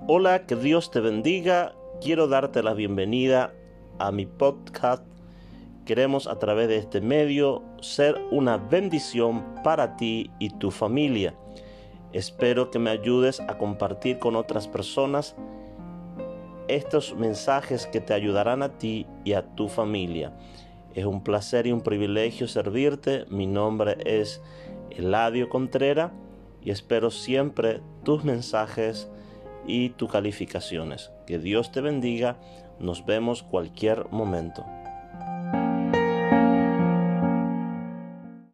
Hola, que Dios te bendiga. Quiero darte la bienvenida a mi podcast. Queremos a través de este medio ser una bendición para ti y tu familia. Espero que me ayudes a compartir con otras personas estos mensajes que te ayudarán a ti y a tu familia. Es un placer y un privilegio servirte. Mi nombre es Eladio Contreras y espero siempre tus mensajes y tus calificaciones. Que Dios te bendiga. Nos vemos cualquier momento.